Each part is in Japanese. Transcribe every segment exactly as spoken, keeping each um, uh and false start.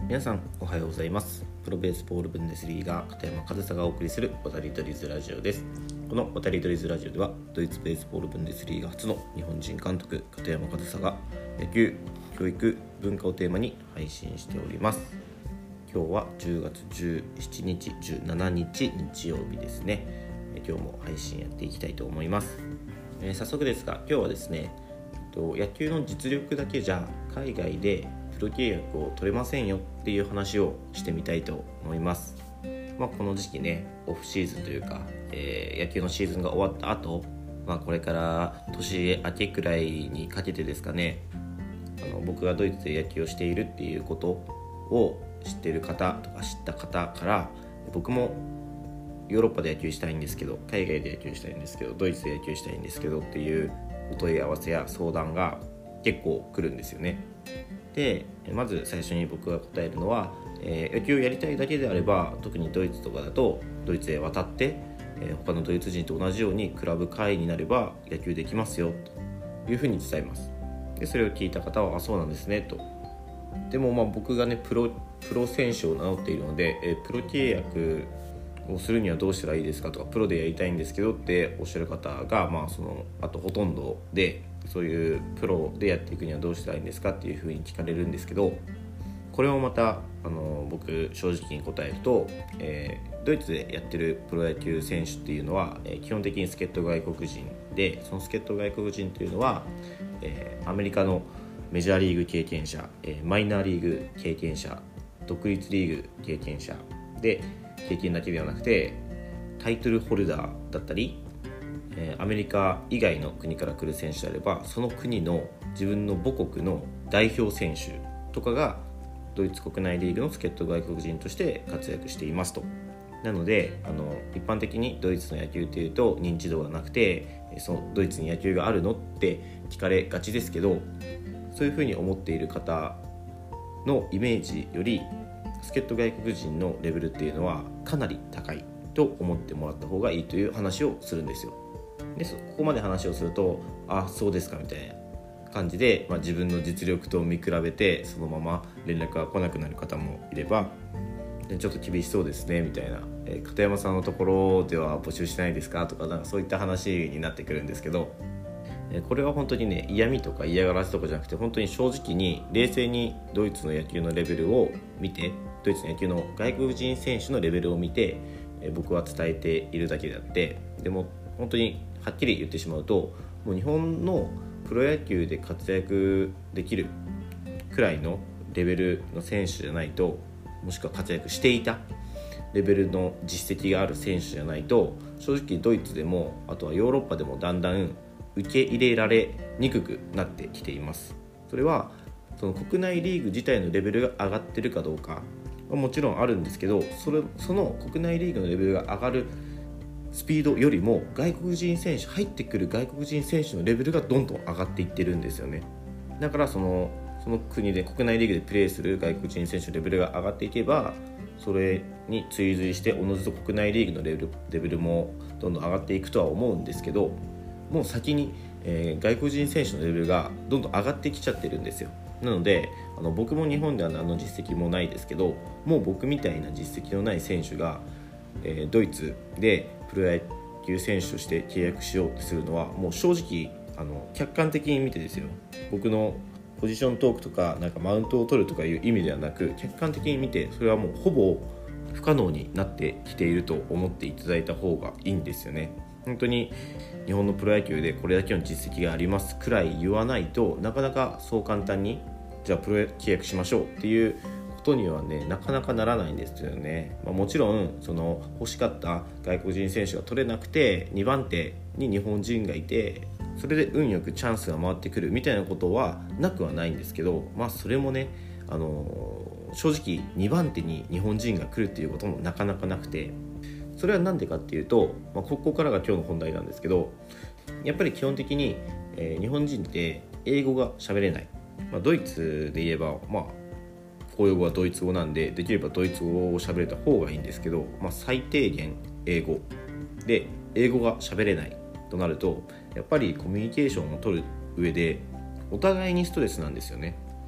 皆さんおはようございます。プロベースボールブンデスリーガ片山和沙がお送りする渡り鳥ズラジオです。この渡り鳥ズラジオではドイツベースボールブンデスリーガ初の日本人監督片山和沙が野球、教育、文化をテーマに配信しております。今日はじゅうがつじゅうしちにち、じゅうしちにち日曜日ですね。今日も配信やっていきたいと思います。えー、早速ですが今日はですね、野球の実力だけじゃ海外でプロ契約を取れませんよっていう話をしてみたいと思います。まあ、この時期ね、オフシーズンというか、えー、野球のシーズンが終わった後、まあ、これから年明けくらいにかけてですかね、あの僕がドイツで野球をしているっていうことを知っている方とか知った方から、僕もヨーロッパで野球したいんですけど、海外で野球したいんですけど、ドイツで野球したいんですけどっていうお問い合わせや相談が結構来るんですよね。で、まず最初に僕が答えるのは、えー、野球をやりたいだけであれば、特にドイツとかだとドイツへ渡って、えー、他のドイツ人と同じようにクラブ会員になれば野球できますよというふうに伝えます。でそれを聞いた方は、あ、そうなんですねと。でもまあ僕がねプロ、プロ選手を名乗っているので、えー、プロ契約をするにはどうしたらいいですかとか、プロでやりたいんですけどっておっしゃる方が、まあそのあとほとんどで、そういうプロでやっていくにはどうしたらいいんですかっていうふうに聞かれるんですけど、これもまたあの僕正直に答えると、えー、ドイツでやってるプロ野球選手っていうのは、えー、基本的に助っ人外国人で、その助っ人外国人というのは、えー、アメリカのメジャーリーグ経験者、えー、マイナーリーグ経験者、独立リーグ経験者で、経験だけではなくてタイトルホルダーだったり、えー、アメリカ以外の国から来る選手であれば、その国の自分の母国の代表選手とかがドイツ国内リーグの助っ人外国人として活躍していますと。なのであの一般的にドイツの野球というと認知度がなくて、そのドイツに野球があるのって聞かれがちですけど、そういうふうに思っている方のイメージより助っ人外国人のレベルっていうのはかなり高いと思ってもらった方がいいという話をするんですよ。でここまで話をすると、あ、そうですかみたいな感じで、まあ、自分の実力と見比べてそのまま連絡が来なくなる方もいれば、ちょっと厳しそうですねみたいな、えー、片山さんのところでは募集しないですかとか、なんかそういった話になってくるんですけど、えー、これは本当にね、嫌味とか嫌がらせとかじゃなくて、本当に正直に冷静にドイツの野球のレベルを見て、ドイツの野球の外国人選手のレベルを見て、えー、僕は伝えているだけであって、でも本当にはっきり言ってしまうと、もう日本のプロ野球で活躍できるくらいのレベルの選手じゃないと、もしくは活躍していたレベルの実績がある選手じゃないと、正直ドイツでもあとはヨーロッパでもだんだん受け入れられにくくなってきています。それはその国内リーグ自体のレベルが上がってるかどうかはもちろんあるんですけど、それその国内リーグのレベルが上がるスピードよりも外国人選手入ってくる外国人選手のレベルがどんどん上がっていってるんですよね。だからそのその国で国内リーグでプレーする外国人選手のレベルが上がっていけば、それに追随しておのずと国内リーグのレベル、レベルもどんどん上がっていくとは思うんですけど、もう先に、えー、外国人選手のレベルがどんどん上がってきちゃってるんですよ。なのであの僕も日本では何の実績もないですけど、もう僕みたいな実績のない選手が、えー、ドイツでプロ野球選手として契約しようとするのは、もう正直あの客観的に見てですよ、僕のポジショントークとかなんかマウントを取るとかいう意味ではなく、客観的に見てそれはもうほぼ不可能になってきていると思っていただいた方がいいんですよね。本当に日本のプロ野球でこれだけの実績がありますくらい言わないと、なかなかそう簡単にじゃあプロ契約しましょうっていうことにはね、なかなかならないんですよね。まあ、もちろんその欲しかった外国人選手が取れなくてにばんてに日本人がいて、それで運よくチャンスが回ってくるみたいなことはなくはないんですけど、まあそれもね、あのー、正直にばんてに日本人が来るっていうこともなかなかなくて、それはなんでかっていうと、まあ、ここからが今日の本題なんですけど、やっぱり基本的に、えー、日本人って英語が喋れない、まあ、ドイツで言えば、まあ、公用語はドイツ語なんで、できればドイツ語を喋れた方がいいんですけど、まあ、最低限英語で英語が喋れないとなると、やっぱりコミュニケーションを取る上でお互いにストレスなんですよね。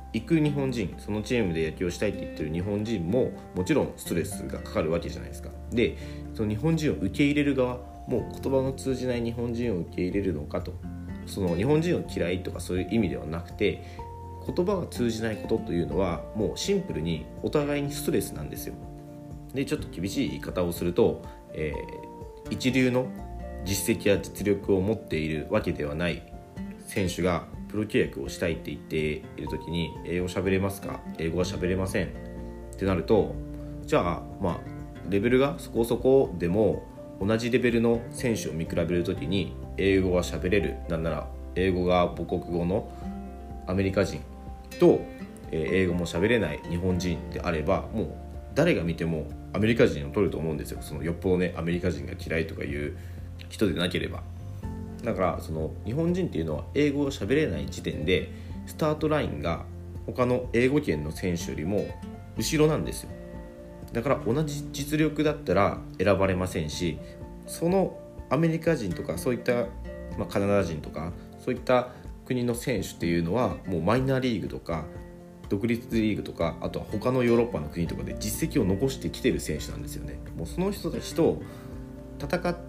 行く日本人、そのチームで野球をしたいって言ってる日本人ももちろんストレスがかかるわけじゃないですか。でその日本人を受け入れる側もう言葉の通じない日本人を受け入れるのかと、その日本人を嫌いとかそういう意味ではなくて、言葉が通じないことというのはもうシンプルにお互いにストレスなんですよ。でちょっと厳しい言い方をすると、えー、一流の実績や実力を持っているわけではない選手がプロ契約をしたいって言っているときに、英語喋れますか、英語は喋れませんってなると、じゃあまあレベルがそこそこでも同じレベルの選手を見比べるときに英語は喋れる、なんなら英語が母国語のアメリカ人と英語も喋れない日本人であれば、もう誰が見てもアメリカ人を取ると思うんですよ。そのよっぽどねアメリカ人が嫌いとかいう人でなければ。だからその日本人っていうのは英語を喋れない時点でスタートラインが他の英語圏の選手よりも後ろなんですよ。だから同じ実力だったら選ばれませんし、そのアメリカ人とかそういった、まあ、カナダ人とかそういった国の選手っていうのはもうマイナーリーグとか独立リーグとか、あとは他のヨーロッパの国とかで実績を残してきてる選手なんですよね。もうその人たちと戦って、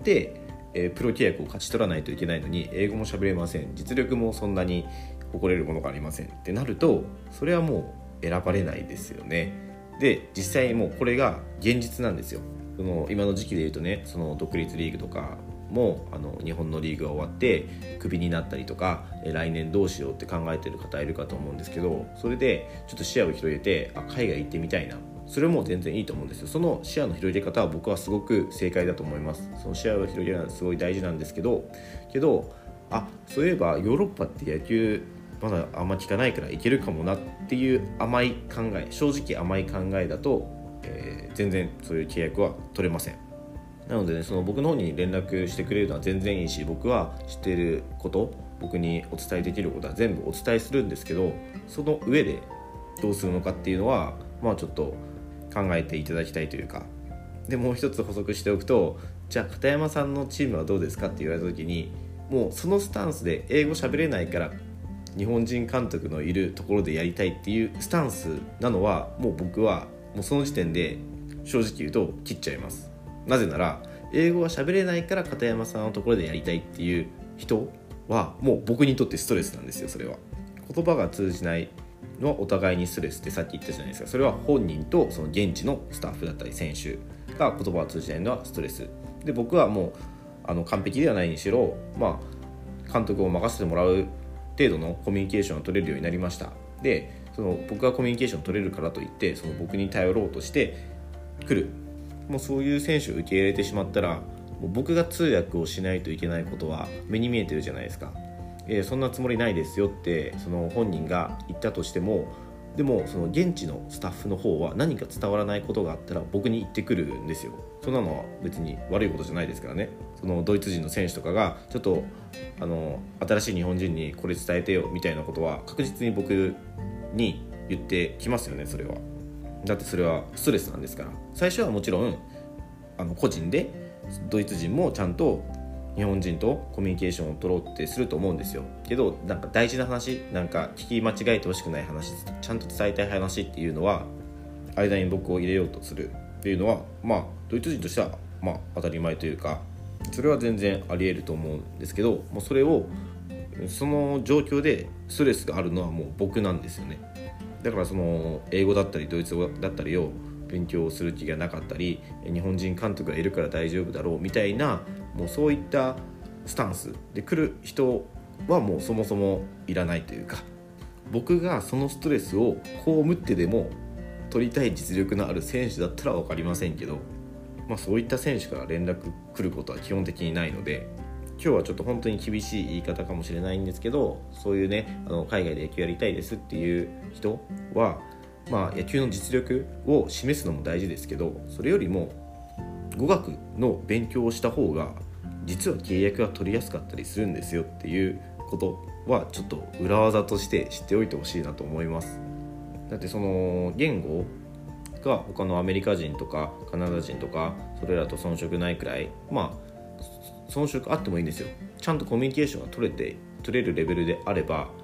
えー、プロ契約を勝ち取らないといけないのに英語も喋れません、実力もそんなに誇れるものがありませんってなると、それはもう選ばれないですよね。で実際もうこれが現実なんですよ。その今の時期でいうとね、その独立リーグとかもあの日本のリーグが終わってクビになったりとか、来年どうしようって考えてる方いるかと思うんですけど、それでちょっと視野を広げて、あ海外行ってみたいな、それも全然いいと思うんですよ。その視野の広げ方は僕はすごく正解だと思います。その視野を広げるのはすごい大事なんですけどけどあそういえばヨーロッパって野球まだあんま聞かないからいけるかもなっていう甘い考え、正直甘い考えだと、えー、全然そういう契約は取れません。なのでね、その僕の方に連絡してくれるのは全然いいし、僕は知っていること、僕にお伝えできることは全部お伝えするんですけど、その上でどうするのかっていうのはまあちょっと考えていただきたいというか。でもう一つ補足しておくと、じゃあ片山さんのチームはどうですかって言われた時に、もうそのスタンスで英語喋れないから日本人監督のいるところでやりたいっていうスタンスなのは、もう僕はもうその時点で正直言うと切っちゃいます。なぜなら英語は喋れないから片山さんのところでやりたいっていう人はもう僕にとってストレスなんですよ。それは言葉が通じないのはお互いにストレスってさっき言ったじゃないですか。それは本人とその現地のスタッフだったり選手が言葉が通じないのはストレスで、僕はもうあの完璧ではないにしろ、まあ、監督を任せてもらう程度のコミュニケーションを取れるようになりました。でその僕がコミュニケーションを取れるからといってその僕に頼ろうとしてくる、もうそういう選手を受け入れてしまったら、もう僕が通訳をしないといけないことは目に見えてるじゃないですか。えー、そんなつもりないですよってその本人が言ったとしても、でもその現地のスタッフの方は何か伝わらないことがあったら僕に言ってくるんですよ。そんなのは別に悪いことじゃないですからね。そのドイツ人の選手とかがちょっとあの新しい日本人にこれ伝えてよみたいなことは確実に僕に言ってきますよね。それはだってそれはストレスなんですから。最初はもちろんあの個人でドイツ人もちゃんと日本人とコミュニケーションを取ろうってすると思うんですよ。けどなんか大事な話、なんか聞き間違えてほしくない話、ちゃんと伝えたい話っていうのは間に僕を入れようとするっていうのは、まあドイツ人としてはまあ当たり前というか、それは全然あり得ると思うんですけど、もうそれをその状況でストレスがあるのはもう僕なんですよね。だからその英語だったりドイツ語だったりを勉強する気がなかったり、日本人監督がいるから大丈夫だろうみたいな、もうそういったスタンスで来る人はもうそもそもいらないというか、僕がそのストレスを被ってでも取りたい実力のある選手だったら分かりませんけど、まあ、そういった選手から連絡来ることは基本的にないので、今日はちょっと本当に厳しい言い方かもしれないんですけど、そういうねあの海外で野球やりたいですっていう人は、まあ、野球の実力を示すのも大事ですけど、それよりも語学の勉強をした方が実は契約が取りやすかったりするんですよっていうことはちょっと裏技として知っておいてほしいなと思います。だってその言語が他のアメリカ人とかカナダ人とかそれらと遜色ないくらい、まあ遜色あってもいいんですよ。ちゃんとコミュニケーションが取れて取れるレベルであれば、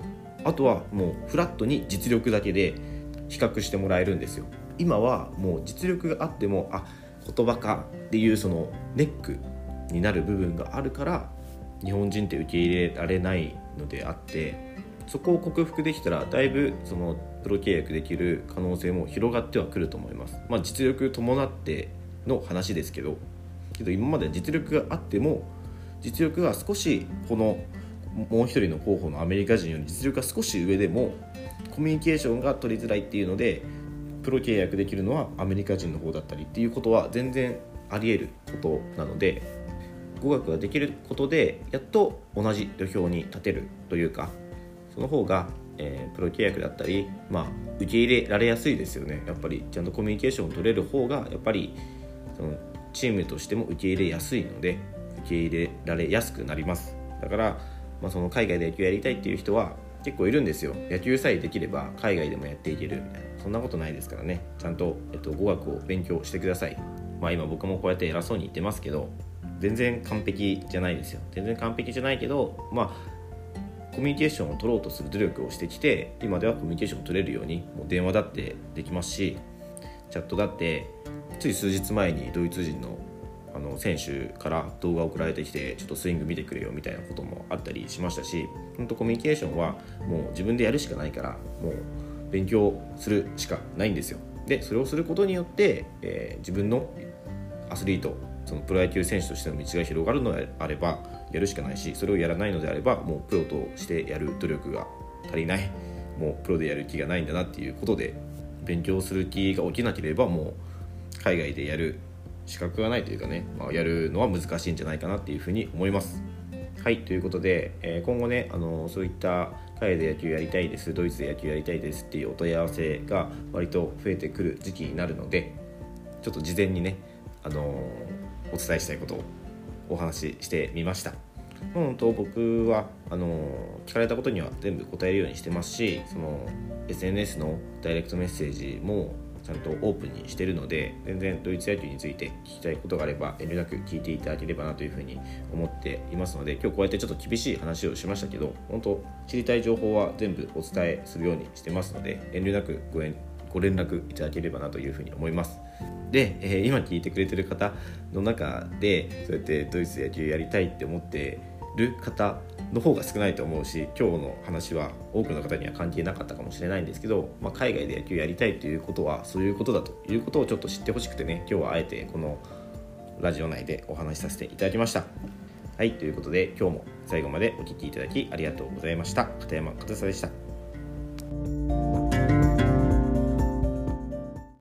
あとはもうフラットに実力だけで比較してもらえるんですよ。今はもう実力があってもあ言葉かっていうそのネックになる部分があるから日本人って受け入れられないのであって、そこを克服できたらだいぶそのプロ契約できる可能性も広がってはくると思います。まあ実力伴っての話ですけどけど今まで実力があっても実力が少しこのもう一人の候補のアメリカ人より実力が少し上でもコミュニケーションが取りづらいっていうのでプロ契約できるのはアメリカ人の方だったりっていうことは全然あり得ることなので、語学ができることでやっと同じ土俵に立てるというか、その方が、えー、プロ契約だったり、まあ、受け入れられやすいですよね。やっぱりちゃんとコミュニケーションを取れる方がやっぱりそのチームとしても受け入れやすいので受け入れられやすくなります。だから、まあ、その海外で野球やりたいっていう人は結構いるんですよ。野球さえできれば海外でもやっていけるみたいな、そんなことないですからね。ちゃんと、えっと、語学を勉強してください。まあ今僕もこうやって偉そうに言ってますけど全然完璧じゃないですよ。全然完璧じゃないけど、まあコミュニケーションを取ろうとする努力をしてきて、今ではコミュニケーションを取れるようにもう電話だってできますし、チャットだってつい数日前にドイツ人のあの選手から動画送られてきてちょっとスイング見てくれよみたいなこともあったりしましたし、本当コミュニケーションはもう自分でやるしかないから、もう勉強するしかないんですよ。でそれをすることによって、えー、自分のアスリート、そのプロ野球選手としての道が広がるのであればやるしかないし、それをやらないのであればもうプロとしてやる努力が足りない、もうプロでやる気がないんだなっていうことで、勉強する気が起きなければもう海外でやる資格がないというかね、まあ、やるのは難しいんじゃないかなっていうふうに思います。はい、ということで、えー、今後ねあのそういった海外で野球やりたいです、ドイツで野球やりたいですっていうお問い合わせが割と増えてくる時期になるので、ちょっと事前にねあのお伝えしたいことをお話ししてみました。本当僕はあの聞かれたことには全部答えるようにしてますし、その エスエヌエス のダイレクトメッセージもちゃんとオープンにしてるので、全然ドイツ野球について聞きたいことがあれば遠慮なく聞いていただければなというふうに思っていますので、今日こうやってちょっと厳しい話をしましたけど、本当知りたい情報は全部お伝えするようにしてますので、遠慮なくご, ご連絡いただければなというふうに思います。で、えー、今聞いてくれてる方の中でそうやってドイツ野球やりたいって思ってる方の方が少ないと思うし、今日の話は多くの方には関係なかったかもしれないんですけど、まあ、海外で野球やりたいということはそういうことだということをちょっと知ってほしくてね、今日はあえてこのラジオ内でお話しさせていただきました。はい、ということで今日も最後までお聞きいただきありがとうございました。片山和沙でした。